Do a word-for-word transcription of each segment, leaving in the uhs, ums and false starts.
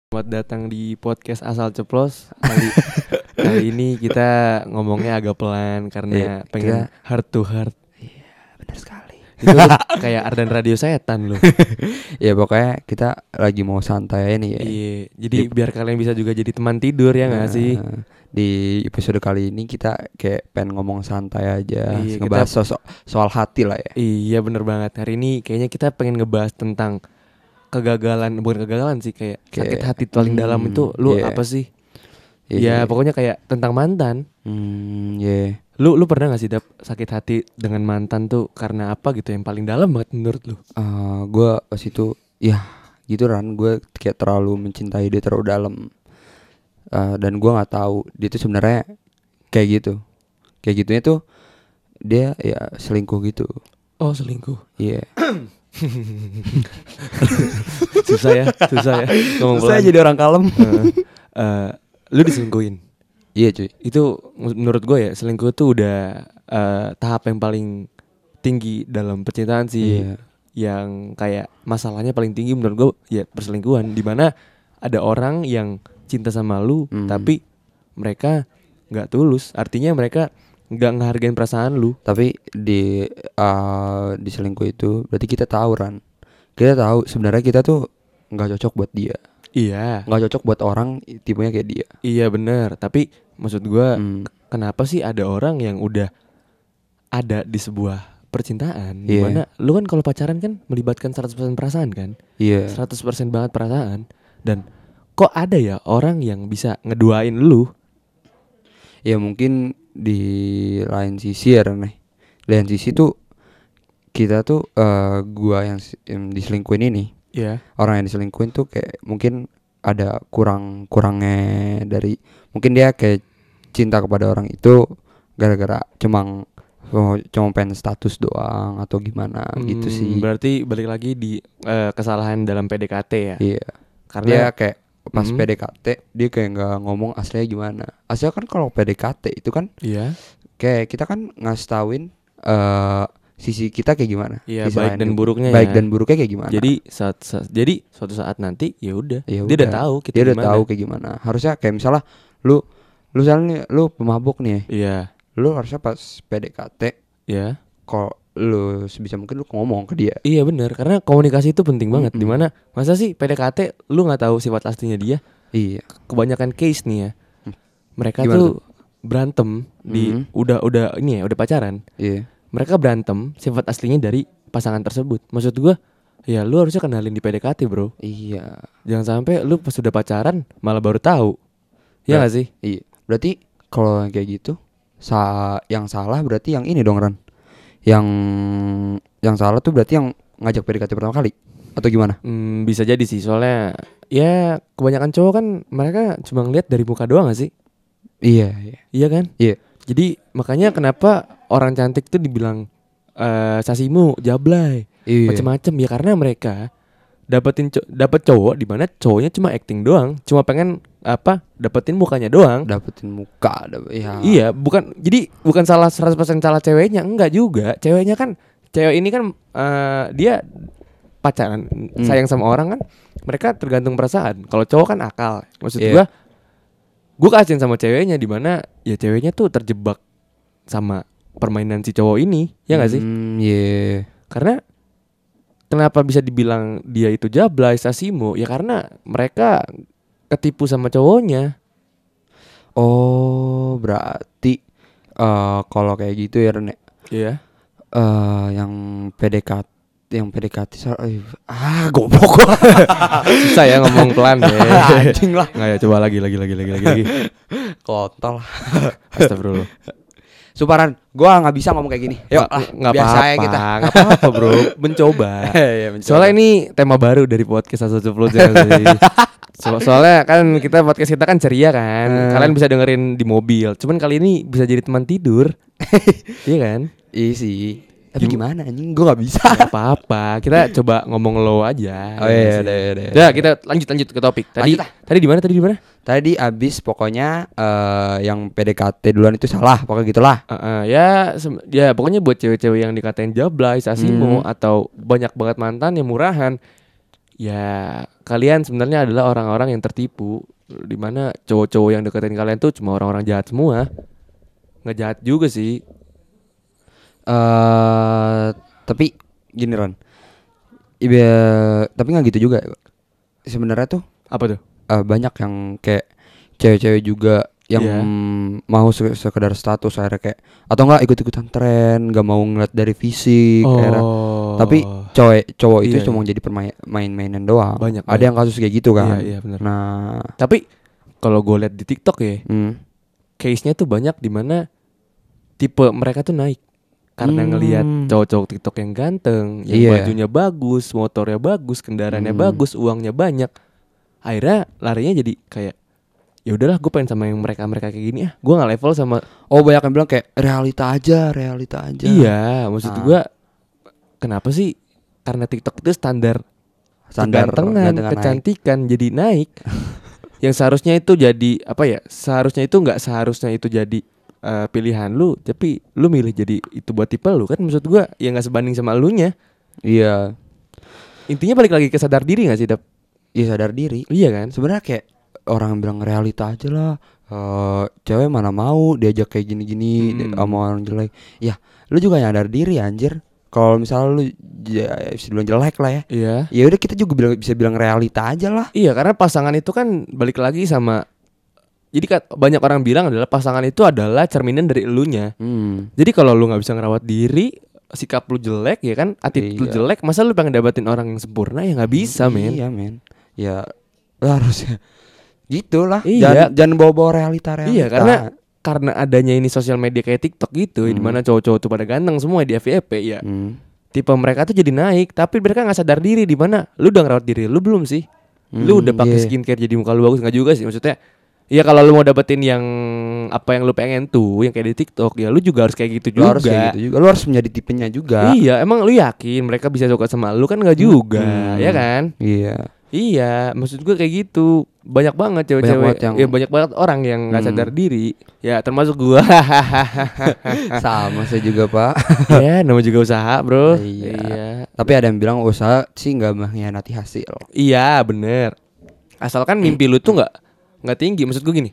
Selamat datang di podcast Asal Ceplos. Kali, kali ini kita ngomongnya agak pelan karena Iya, pengen kita- heart to heart. Iya, benar sekali. Itu lu kayak Ardan Radio Setan loh. Ya pokoknya kita lagi mau santai nih ya. Iya, jadi Di- biar kalian bisa juga jadi teman tidur ya nggak Nah, sih? Di episode kali ini kita kayak pengen ngomong santai aja, Iya, ngebahas kita- so- soal hati lah ya. Iya bener banget. Hari ini kayaknya kita pengen ngebahas tentang kegagalan, bukan kegagalan sih, kayak, Kayak, sakit hati paling hmm, dalam itu lu iya. apa sih? Iya. Ya pokoknya kayak tentang mantan. Hmm, ya. Lu lu pernah gak sih Dap sakit hati dengan mantan tuh karena apa gitu yang paling dalam banget menurut lu? Eh, gua pas itu ya gitu kan, gue kayak terlalu mencintai dia terlalu dalam. Eh, dan gua nggak tahu dia tuh sebenarnya kayak gitu. Kayak gitunya tuh dia ya selingkuh gitu. Oh selingkuh. Iya. Susah ya, susah ya ngomong Saya pelan. jadi orang kalem. Eh, eh, lu diselingkuhin. Iya cuy. Itu menurut gue ya, selingkuh tuh udah eh, tahap yang paling tinggi dalam percintaan sih. Iya. Yang kayak masalahnya paling tinggi menurut gue ya perselingkuhan, di mana ada orang yang cinta sama lu Hmm. tapi mereka nggak tulus. Artinya mereka nggak ngehargain perasaan lu. Tapi di uh, di selingkuh itu berarti kita tahu Ran. Kita tahu sebenarnya kita tuh nggak cocok buat dia. Iya, Nggak cocok buat orang tipenya kayak dia. iya bener. Tapi maksud gue, Hmm. kenapa sih ada orang yang udah ada di sebuah percintaan, Iya. dimana lu kan kalau pacaran kan melibatkan seratus persen perasaan kan, Iya. seratus persen banget perasaan. Dan kok ada ya orang yang bisa ngeduain lu? Ya mungkin di lain sisi ya Ran. Di lain sisi tuh kita tuh uh, gua yang, si- yang diselingkuhin ini, Ya. orang yang diselingkuhin tuh kayak mungkin ada kurang kurangnya dari mungkin dia kayak cinta kepada orang itu gara-gara cuma oh, cuma pengen status doang atau gimana gitu Hmm, sih. Berarti balik lagi di eh, kesalahan dalam P D K T ya. Iya. Dia Karena kayak pas Hmm. P D K T dia kayak nggak ngomong aslinya gimana. Aslinya kan kalau P D K T itu kan iya, kayak kita kan ngasih tauin eh sisi kita kayak gimana. iya Sisi baik lain dan juga. buruknya Baik ya. dan buruknya kayak gimana. Jadi saat, saat jadi suatu saat nanti ya udah, Ya dia udah udah. tahu kita dia udah gimana. tahu kayak gimana. Harusnya kayak misalnya lu lu misalnya nih, lu pemabuk nih. Iya, Lu harusnya pas P D K T ya. kalau lu sebisa mungkin lu ngomong ke dia. Iya benar, karena komunikasi itu penting banget. Mm-mm. Dimana masa sih P D K T lu nggak tahu sifat aslinya dia? Iya. Kebanyakan case nih ya, Hmm. mereka Gimana tuh berantem di Mhm. udah udah ini ya udah pacaran. Iya. Mereka berantem sifat aslinya dari pasangan tersebut. Maksud gua, ya lu harusnya kenalin di P D K T bro. Iya. Jangan sampai lu pas udah pacaran malah baru tahu. Ya Ber- nggak sih? Iya. Berarti kalau yang kayak gitu sa yang salah berarti yang ini dong Ran. Yang yang salah tuh berarti yang ngajak P D K T pertama kali atau gimana? Hmm, bisa jadi sih, soalnya ya kebanyakan cowok kan mereka cuma ngeliat dari muka doang gak sih? Iya, iya. Iya kan? Iya. Jadi makanya kenapa orang cantik tuh dibilang eh sasimu, jablay, Iya. macem-macem ya, karena mereka dapetin co- dapet cowok di mana cowoknya cuma acting doang, cuma pengen apa? Dapetin mukanya doang. Dapetin muka, dapet, ya. Iya, bukan, jadi bukan salah seratus persen salah ceweknya, enggak juga. Ceweknya kan, cewek ini kan eh, dia pacaran sayang sama orang kan, mereka tergantung perasaan. Kalau cowok kan akal. Maksud Iya. gua, gua kasihin sama ceweknya, di mana ya ceweknya tuh terjebak sama permainan si cowok ini, ya nggak sih? Hmm, iya. Karena kenapa bisa dibilang dia itu jablay, sasimu? Ya karena mereka ketipu sama cowoknya. Oh, berarti eh kalau kayak gitu ya Ren. Iya. Eh yang P D K T yang P D K T so- eh, ah goblok gua. Susah ya ngomong pelan ya. Anjing lah. Nggak ya, coba lagi lagi lagi lagi lagi lagi. Kontol. Astagfirullah. Suparan, gua nggak bisa ngomong kayak gini. Yuk Nggak- lah, nggak biasa apa-apa, ya kita. nggak apa-apa bro, mencoba. Iya, mencoba. Soalnya ini tema baru dari podcast Asal Ceplos ya sih. So- soalnya kan kita podcast kita kan ceria kan, Hmm. kalian bisa dengerin di mobil. Cuman kali ini bisa jadi teman tidur, iya kan? Iya sih. Tapi Gim- gimana anjing, gua nggak bisa. Gak apa-apa, kita coba ngomong low aja. Oh ya iya, sih? udah, udah, Udah, kita lanjut lanjut ke topik. Tadi Lanjut lah. tadi di mana? Tadi di mana? Tadi abis pokoknya eh yang P D K T duluan itu salah, pokoknya gitulah. Uh, uh, ya, sem- ya pokoknya buat cewek-cewek yang dikatain jablay, sasimu, Hmm. atau banyak banget mantan yang murahan, ya kalian sebenarnya adalah orang-orang yang tertipu, dimana cowok-cowok yang deketin kalian tuh cuma orang-orang jahat semua. Ngejahat juga sih. Eh tapi gini Ron, Ibe, tapi nggak gitu juga. Sebenarnya tuh Apa tuh? eh, banyak yang kayak cewek-cewek juga yang Iya. mau se- sekedar status akhirnya kayak atau enggak ikut-ikutan tren, nggak mau ngeliat dari fisik akhirnya. Tapi cowok cowok itu Iya, cuma iya. jadi permain main-mainan doang. Banyak, Ada banyak. yang kasus kayak gitu kan. Iya, iya, benar. Nah, Tapi kalau gue lihat di TikTok ya, hmm. case-nya tuh banyak di mana tipe mereka tuh naik karena Hmm. ngelihat cowok-cowok TikTok yang ganteng, yang Iya. bajunya bagus, motornya bagus, kendaraannya Hmm. bagus, uangnya banyak. Akhirnya larinya jadi kayak ya udahlah gue pengen sama yang mereka-mereka kayak gini ah. Gue nggak level sama. Oh, banyak yang bilang kayak realita aja, realita aja. Iya, maksud Ah. gue kenapa sih? Karena TikTok itu standar Standar kegantengan, gantengan naik. kecantikan jadi naik. Yang seharusnya itu jadi apa ya? Seharusnya itu nggak seharusnya itu jadi eh, pilihan lu, tapi lu milih jadi itu buat tipe lu kan? Maksud gua ya nggak sebanding sama elunya. Iya. Intinya balik lagi ke sadar diri nggak sih, Dap? Iya, sadar diri. Iya kan? Sebenarnya kayak orang yang bilang realita aja lah. Eh cewek mana mau diajak kayak gini-gini Hmm. di- sama orang jelek. Ya, lu juga nyadar diri anjir. Kalau misalnya lu ya, bisa bilang jelek lah ya. Iya. Ya udah kita juga bilang, bisa bilang realita aja lah. Iya, karena pasangan itu kan balik lagi sama. Jadi kan banyak orang bilang adalah pasangan itu adalah cerminan dari elunya. Hmm. Jadi kalau lu nggak bisa ngerawat diri, sikap lu jelek ya kan, attitude lu Iya. jelek, masa lu pengen dapetin orang yang sempurna ya nggak bisa, men. Iya, men. Ya harusnya gitulah. Iya. Jangan jangan bawa-bawa realita-realita. Iya, karena karena adanya ini sosial media kayak TikTok gitu, Hmm. di mana cowok-cowok tuh pada ganteng semua di F Y P ya. Hmm. Tipe mereka tuh jadi naik, tapi mereka nggak sadar diri di mana lu udah ngerawat diri lu belum sih? Lu Hmm, udah pakai iya. skincare jadi muka lu bagus nggak juga sih? Maksudnya ya kalau lu mau dapetin yang apa yang lu pengen tuh, yang kayak di TikTok, ya lu juga harus kayak gitu Lu juga. harus kayak gitu juga. Lu harus menjadi tipenya juga. Iya, emang lu yakin mereka bisa suka sama lu kan nggak juga, Hmm. ya kan? Iya. Iya, maksud gue kayak gitu. Banyak banget cewek-cewek, Banyak banget yang- ya banyak banget orang yang nggak Hmm. sadar diri. Ya termasuk gua. Sama saya juga, Pak. Ya, namanya juga usaha, bro. Iya. Iya, Tapi ada yang bilang usaha sih nggak mengkhianati hasil. iya bener. Asalkan mimpi lu tuh nggak nggak tinggi. Maksud gue gini.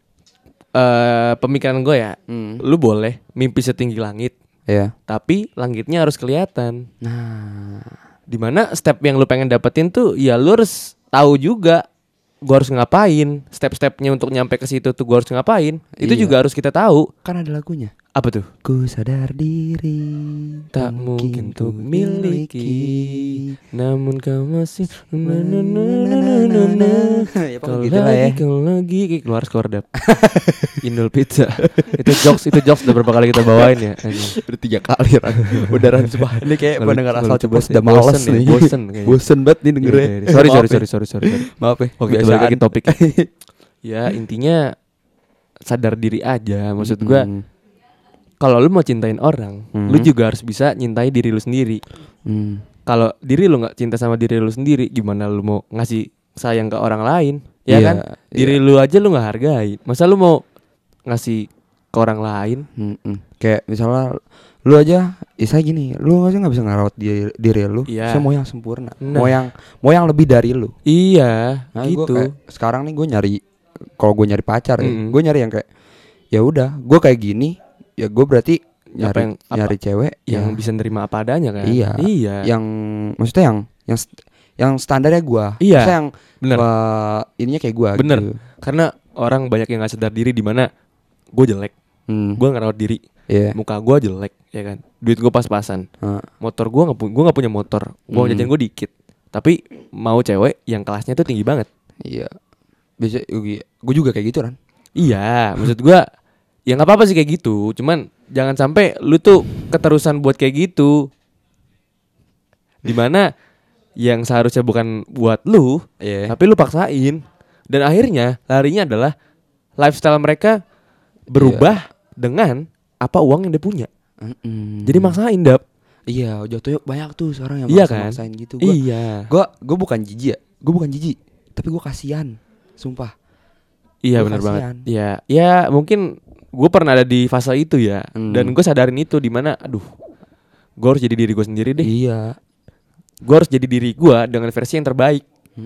Eh pemikiran gue ya, Hmm. lu boleh mimpi setinggi langit, Iya. tapi langitnya harus kelihatan. Nah, Dimana step yang lu pengen dapetin tuh, ya lu harus tahu juga. Gua harus ngapain. Step-stepnya untuk nyampe ke situ tuh gua harus ngapain. Itu Iya. juga harus kita tahu. kan ada lagunya. Apa tuh? Ku sadar diri Tak mungkin untuk miliki, namun kau masih na na na na na na na. Ya, Kau pokoknya gitu lah ya. lagi, kau lagi, Kayak keluar skor dap. Indul pizza. Itu jokes, itu jokes udah berapa kali kita bawain ya? Anjing. Udah tiga kali Ran. Udah Ran sumpah. Ini kayak Kalau- pendengar kalau asal coba cepet sih, udah males bosen nih. ya, bosen kayaknya. Bosen banget nih dengernya. Iya, iya, iya. Sorry, Maaf sorry, ya. sorry, sorry, sorry, sorry. Maaf ya. Oke, kita balik lagi topik. Ya intinya sadar diri aja. Maksud gua Hmm. kalau lu mau cintain orang, Hmm. lu juga harus bisa nyintai diri lu sendiri. Hmm. Kalau diri lu nggak cinta sama diri lu sendiri, gimana lu mau ngasih sayang ke orang lain? Ya Iya, kan? Diri iya. lu aja lu nggak hargai. Masa lu mau ngasih ke orang lain? Mm-mm. Kayak misalnya lu aja, isa gini, lu aja nggak bisa ngerawat diri, diri lu. Iya. Saya mau yang sempurna, Nah. mau yang mau yang lebih dari lu. Iya, Nah, gua gitu. kayak, sekarang nih gue nyari, kalau gue nyari pacar ya, Mm-mm. gue nyari yang kayak, ya udah, gue kayak gini, ya gue berarti nyari Apa yang- apa- nyari cewek Yang ya, bisa nerima apa adanya kan? Iya. Iya. yang maksudnya yang yang st- yang standarnya gue, Iya. maksudnya yang Bener. uh, ininya kayak gue. Bener. Gitu. Karena orang banyak yang nggak sadar diri di mana gue jelek, Hmm. gue ngerawat diri, Iya. muka gue jelek, ya kan? Duit gue pas-pasan, Ah. motor gue nggak pu- gue nggak punya motor, uang Hmm. jajan gue dikit, tapi mau cewek yang kelasnya tuh tinggi banget. Iya. Bisa, gue juga kayak gitu kan. Iya, maksud gue ya nggak apa-apa sih kayak gitu, cuman jangan sampai lu tuh keterusan buat kayak gitu, dimana yang seharusnya bukan buat lu, Iya. tapi lu paksain, dan akhirnya larinya adalah lifestyle mereka berubah dengan apa uang yang dia punya. Mm-mm. Jadi maksain dap. Iya, jatuhnya banyak tuh sekarang yang Iya maksa- kan? maksain gitu. Gua, Iya. Gua gua bukan jijik ya. Gua bukan jijik, tapi gua kasihan. Sumpah. Iya Gua benar banget. kasihan. Iya, ya mungkin gue pernah ada di fase itu ya, Hmm. dan gue sadarin itu di mana, aduh, gue harus jadi diri gue sendiri deh. Iya. gue harus jadi diri gue dengan versi yang terbaik.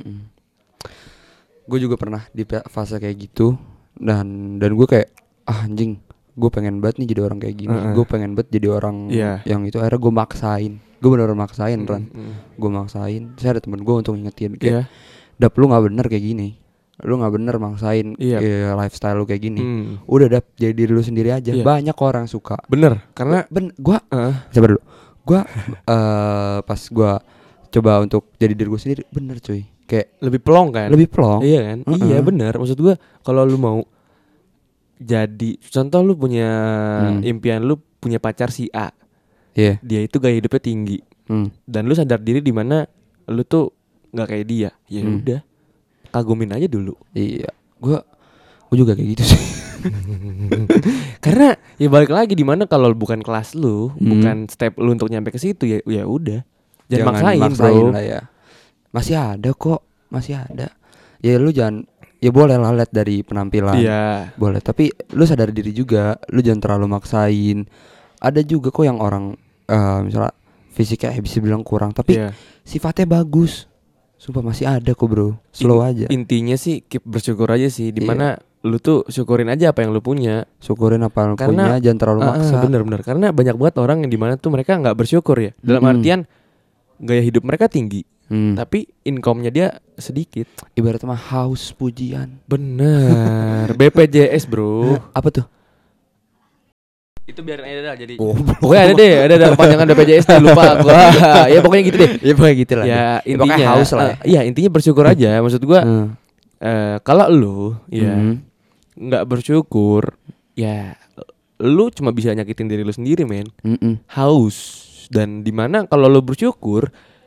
Gue juga pernah di fase kayak gitu. Dan dan gue kayak ah, anjing, gue pengen banget nih jadi orang kayak gini. Uh-uh. Gue pengen banget jadi orang yeah. yang itu. Akhirnya gue maksain. Gue bener-bener maksain mm, Ran. mm. Gue maksain. Saya ada temen gue untuk ngingetin yeah. kayak, Dap, lu gak bener kayak gini. Lu gak bener maksain yeah. ya, lifestyle lu kayak gini. mm. Udah, Dap, jadi diri lu sendiri aja. yeah. Banyak orang suka. Bener. Karena ben, gue uh. sabar dulu. Gue uh, pas gue coba untuk jadi diri gue sendiri, bener cuy. Kayak lebih plong kan. Lebih plong. Iya kan. uh-uh. Iya bener. Maksud gue kalau lu mau jadi, contoh lu punya hmm. impian lu punya pacar si A. Yeah. Dia itu gaya hidupnya tinggi. Hmm. Dan lu sadar diri di mana lu tuh nggak kayak dia. Ya hmm. udah, kagumin aja dulu. Iya. Gue gue juga kayak gitu sih. Karena ya balik lagi di mana kalau bukan kelas lu, hmm. bukan step lu untuk nyampe ke situ, ya ya udah. Jangan, jangan maksain, maksain bro. Lah ya. Masih ada kok, masih ada. Ya lu jangan, ya boleh lah lihat dari penampilan. Iya. Boleh, tapi lu sadar diri juga. Lu jangan terlalu maksain. Ada juga kok yang orang uh, misalnya fisiknya bisa bilang kurang, tapi yeah. sifatnya bagus. Sumpah masih ada kok bro. Slow In, aja. Intinya sih keep bersyukur aja sih. Dimana yeah. lu tuh syukurin aja apa yang lu punya. Syukurin apa yang lu Karena, punya, jangan terlalu uh, maksa. Bener-bener. Karena banyak banget orang yang dimana tuh mereka gak bersyukur ya. Dalam mm-hmm. artian gaya hidup mereka tinggi, hmm. tapi income-nya dia sedikit. Ibaratnya mah haus pujian. Bener. B P J S bro. Apa tuh? Itu biarin aja dah jadi. Oh, pokoknya ada deh, ada ada panjangan B P J S tuh, lupa gua. Ya pokoknya gitu deh. Ya pokoknya gitu lah. Ya intinya haus lah. Uh, iya intinya bersyukur aja. Maksud gua hmm. uh, kalau lu ya nggak hmm. bersyukur, ya lu cuma bisa nyakitin diri lu sendiri men. Mm-mm. Haus. Dan dimana kalau lo bersyukur,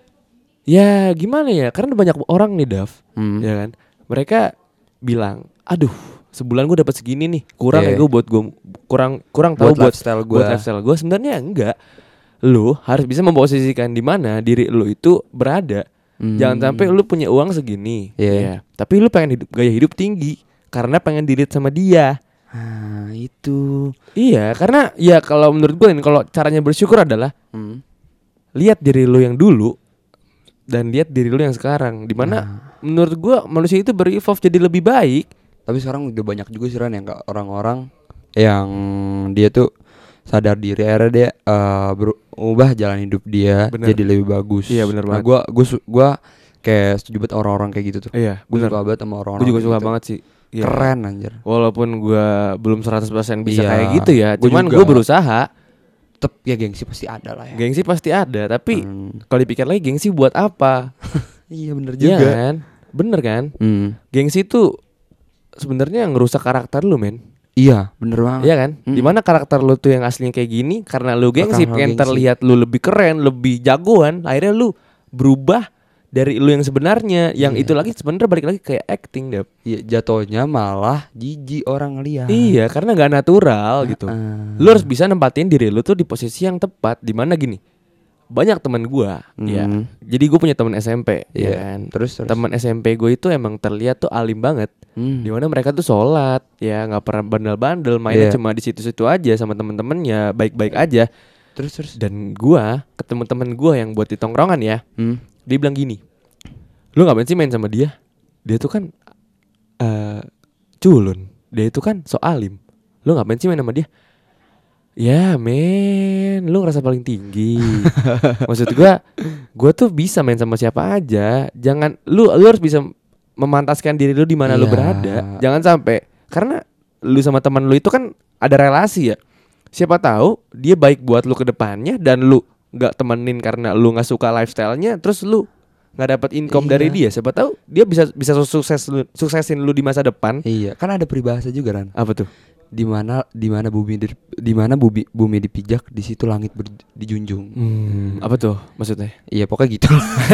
ya gimana ya? Karena banyak orang nih Dav, hmm. ya kan? Mereka bilang, aduh, sebulan gue dapat segini nih, kurang yeah. ya gue buat gue kurang kurang tahu buat, buat lifestyle gue. Buat lifestyle gue sebenarnya enggak. Lo harus bisa memposisikan di mana diri lo itu berada. Hmm. Jangan sampai lo punya uang segini, yeah. ya. Tapi lo pengen hidup gaya hidup tinggi karena pengen diri sama dia. Ah itu. Iya, karena ya kalau menurut gue ini kalau caranya bersyukur adalah hmm. lihat diri lu yang dulu dan lihat diri lu yang sekarang. Dimana nah. menurut gue manusia itu berevolve jadi lebih baik. Tapi sekarang udah banyak juga sih Ran yang orang-orang yang dia tuh sadar diri akhirnya dia uh, berubah jalan hidup dia bener. Jadi lebih bagus. Iya benar banget. Nah, gue gue gue kayak setuju banget orang-orang kayak gitu tuh. Iya, gue suka banget sama orang-orang. Gue juga suka gitu. banget sih. Ya. Keren anjir. Walaupun gue belum seratus persen bisa iya, kayak gitu ya, cuman gue berusaha. Tetep ya gengsi pasti ada lah ya. Gengsi pasti ada, tapi hmm. kalau dipikir lagi gengsi buat apa? Iya bener juga. Iya kan? Bener kan? Hmm. Gengsi itu sebenarnya ngerusak karakter lu men. Iya bener banget. Iya kan? Hmm. Dimana karakter lu tuh yang aslinya kayak gini, karena lu gengsi, pengen terlihat lu lebih keren, lebih jagoan, akhirnya lu berubah dari lu yang sebenarnya, yang yeah. itu lagi sebenarnya balik lagi kayak acting deh. Iya, jatuhnya malah jijik orang lihat. Iya, karena nggak natural uh, gitu. Uh. Lu harus bisa nempatin diri lu tuh di posisi yang tepat. Di mana gini, banyak teman gua, mm. ya. Jadi gua punya teman S M P, yeah. ya kan. Terus, terus. Teman S M P gua itu emang terlihat tuh alim banget. Mm. Di mana mereka tuh sholat, ya nggak pernah bandel-bandel, mainnya yeah. cuma di situ-situ aja sama temen-temennya, baik-baik aja. Terus, terus. Dan gua ketemu temen gua yang buat di tongkrongan ya. Mm. Dia bilang gini, lu ngapain sih main sama dia? Dia tuh kan uh, culun. Dia itu kan so alim. Lu ngapain sih main sama dia? Ya men, lu ngerasa paling tinggi. Maksud gua, gua tuh bisa main sama siapa aja. Jangan, lu lu harus bisa memantaskan diri lu di mana yeah. lu berada. Jangan sampai, karena lu sama teman lu itu kan ada relasi ya. Siapa tahu dia baik buat lu ke depannya dan lu nggak temenin karena lu nggak suka lifestyle-nya, terus lu nggak dapat income iya. dari dia. Siapa tahu dia bisa bisa sukses lu, suksesin lu di masa depan. Iya, kan ada peribahasa juga Ran. Apa tuh? Di mana di mana bumi di, di mana bumi bumi dipijak, di situ langit ber, dijunjung. Hmm, apa tuh maksudnya? Iya, pokoknya gitu.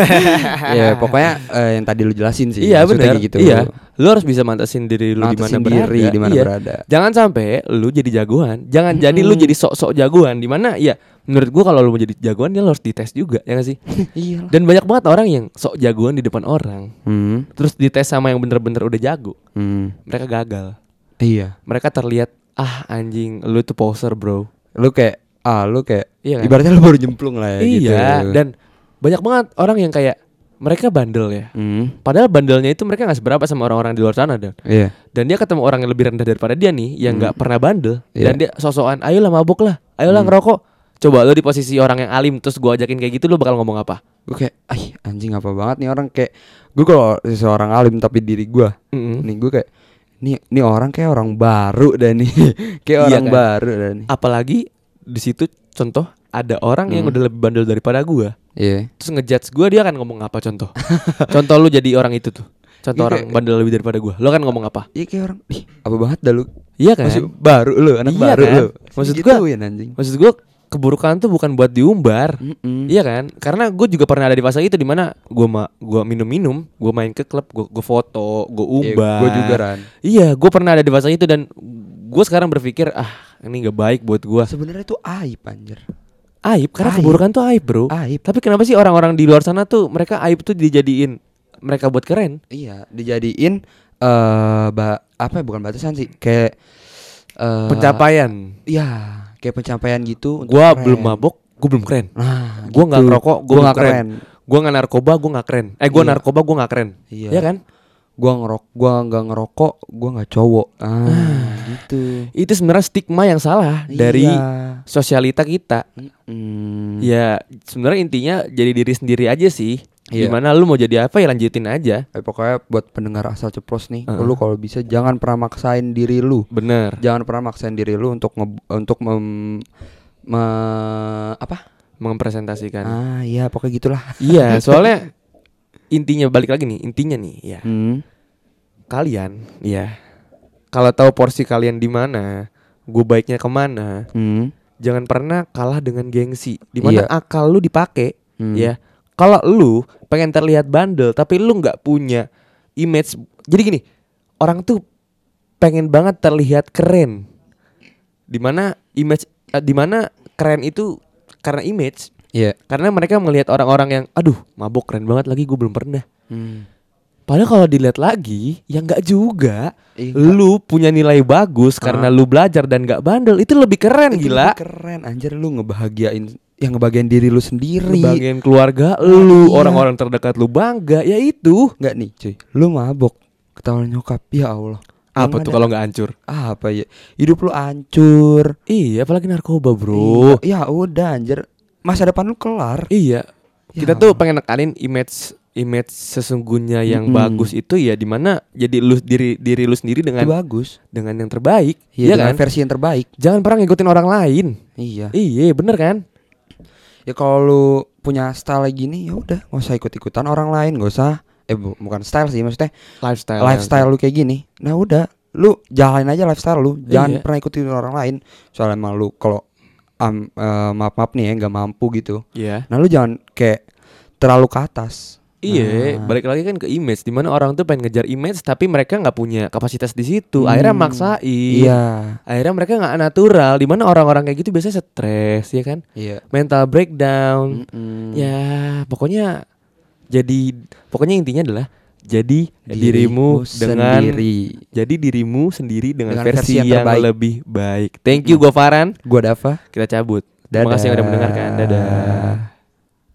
Iya, pokoknya uh, yang tadi lu jelasin sih. Iya, benar. Gitu. Iya. Lu harus bisa mantasin diri lu di mana berada. Di mana iya. berada. Jangan sampai lu jadi jagoan. Jangan hmm. jadi lu jadi sok-sok jagoan di mana ya. Menurut gua kalau lu mau jadi jagoan dia lu harus dites juga, ya gak sih? Iya. Dan banyak banget orang yang sok jagoan di depan orang. Hmm. Terus dites sama yang bener-bener udah jago. Hmm. Mereka gagal. Iya. Mereka terlihat ah anjing, lu tuh poser bro. Lu kayak ah lu kayak iya kan? Ibaratnya lu baru nyemplung lah ya. Iya. Gitu. Dan banyak banget orang yang kayak mereka bandel ya. Hmm. Padahal bandelnya itu mereka nggak seberapa sama orang-orang di luar sana dan. Iya. Dan dia ketemu orang yang lebih rendah daripada dia nih, yang nggak Hmm. pernah bandel. Iya. Dan dia sosokan, ayolah mabuk lah, ayolah Hmm. ngerokok. Coba lo di posisi orang yang alim, terus gue ajakin kayak gitu, lo bakal ngomong apa? Gue kayak, ay anjing apa banget nih orang kayak. Gue kalau seorang alim tapi diri gue, Mm-mm. nih gue kayak, nih nih orang kayak orang baru dan nih, kayak Iya orang kan? baru dan nih. Apalagi di situ contoh ada orang yang Hmm. udah lebih bandel daripada gue, Iya. terus ngejudge gue, dia akan ngomong apa contoh? Contoh lu jadi orang itu tuh, contoh Iya, orang kayak- bandel lebih daripada gue, lo kan ngomong apa? Iya kayak orang, ih apa banget dah lu. Iya kan? Masih baru lu, anak Iya baru kan? lu. Maksud Gitu gua- ya anjing. Maksud gue keburukan tuh bukan buat diumbar. Mm-mm. Iya kan? Karena gue juga pernah ada di fase itu, di mana gue ma gue minum-minum, gue main ke klub, gue gue foto, gue umbar. Gue juga Ran. Iya, gue pernah ada di fase itu dan gue sekarang berpikir ah ini nggak baik buat gue. Sebenarnya itu aib anjir. Aib karena Aib. keburukan tuh aib bro. Aib. Tapi kenapa sih orang-orang di luar sana tuh mereka aib tuh dijadiin mereka buat keren? Iya, dijadiin eh ba apa ya, bukan batasan sih, kayak eh Pencapaian. Iya, kayak pencapaian gitu. untuk Gue keren. belum mabok, gue belum keren. Nah, Gue nggak gitu. ngerokok, gue Gua belum nggak keren. keren. Gue nggak narkoba, gue nggak keren. Eh gue Iya. narkoba, gue nggak keren. Iya. Iya kan? Gua ngerok, gua nggak ngerokok, gua nggak cowok. Ah, gitu. Itu sebenarnya stigma yang salah dari Iya. sosialita kita. Mm. Ya sebenarnya intinya jadi diri sendiri aja sih. Iya. Gimana lu mau jadi apa ya lanjutin aja. Eh, pokoknya buat pendengar asal ceplos nih, Uh-uh. lu kalau bisa jangan pernah maksain diri lu. Bener. Jangan pernah maksain diri lu untuk nge- untuk mem, me- apa? Mempresentasikan. Ah, iya pokoknya gitulah. Iya, soalnya intinya balik lagi nih, intinya nih, ya. Hmm. Kalian, ya. Kalau tahu porsi kalian di mana, gue baiknya kemana, Hmm. jangan pernah kalah dengan gengsi. Di mana Iya. akal lu dipakai, Hmm. ya. Kalau lu pengen terlihat bandel, tapi lu nggak punya image, jadi gini, orang tuh pengen banget terlihat keren. Di mana image, eh, di mana keren itu karena image. Iya. Karena mereka melihat orang-orang yang aduh mabok keren banget lagi, gue belum pernah. Hmm. Padahal kalau dilihat lagi ya nggak juga. Ih, Lu punya nilai bagus karena Ah. lu belajar dan nggak bandel, itu lebih keren. itu Gila. lebih keren anjir, lu ngebahagiain yang ngebahagiain diri lu sendiri. Bagian keluarga lu, Iya. orang-orang terdekat lu bangga, ya itu. Enggak nih, cuy. Lu mabok, ketahuan nyokap. Ya Allah. Apa Yang tuh ada- kalau nggak hancur? apa ya? Hidup lu hancur. Iya, apalagi narkoba, bro. Iya, ya udah anjir. Masa depan lu kelar. Iya. Ya Kita tuh Allah. pengen nekalin image image sesungguhnya yang Mm-mm. bagus itu ya di mana jadi lu diri diri lu sendiri Itu dengan bagus. dengan yang terbaik. Iya, Iya dengan kan? versi yang terbaik. Jangan pernah ngikutin orang lain. Iya. Iya, bener kan? Ya kalau lu punya style kayak gini ya udah, nggak usah ikut-ikutan orang lain, nggak usah. Eh bu, bukan style sih, maksudnya Lifestyle. lifestyle lu kayak gini. Nah udah, lu jalanin aja lifestyle lu. Jangan Iya. pernah ikutin orang lain. Soalnya emang lu kalau um, eh, maaf-maaf nih ya nggak mampu gitu. Iya. Nah lu jangan kayak terlalu ke atas. Iya, Nah. balik lagi kan ke image, dimana orang tuh pengen ngejar image tapi mereka nggak punya kapasitas di situ. Akhirnya Hmm. maksain. Iya. Akhirnya mereka nggak natural. Dimana orang-orang kayak gitu biasanya stres, ya kan? Iya. Mental breakdown. Mm-mm. Ya, pokoknya jadi pokoknya intinya adalah jadi Dirimu dirimu dengan sendiri. jadi dirimu sendiri dengan, Dengan versi, versi yang yang, terbaik. lebih baik. Thank you, gue Farhan. Gua Dava. Kita cabut. Terima kasih yang udah mendengarkan. Dadah.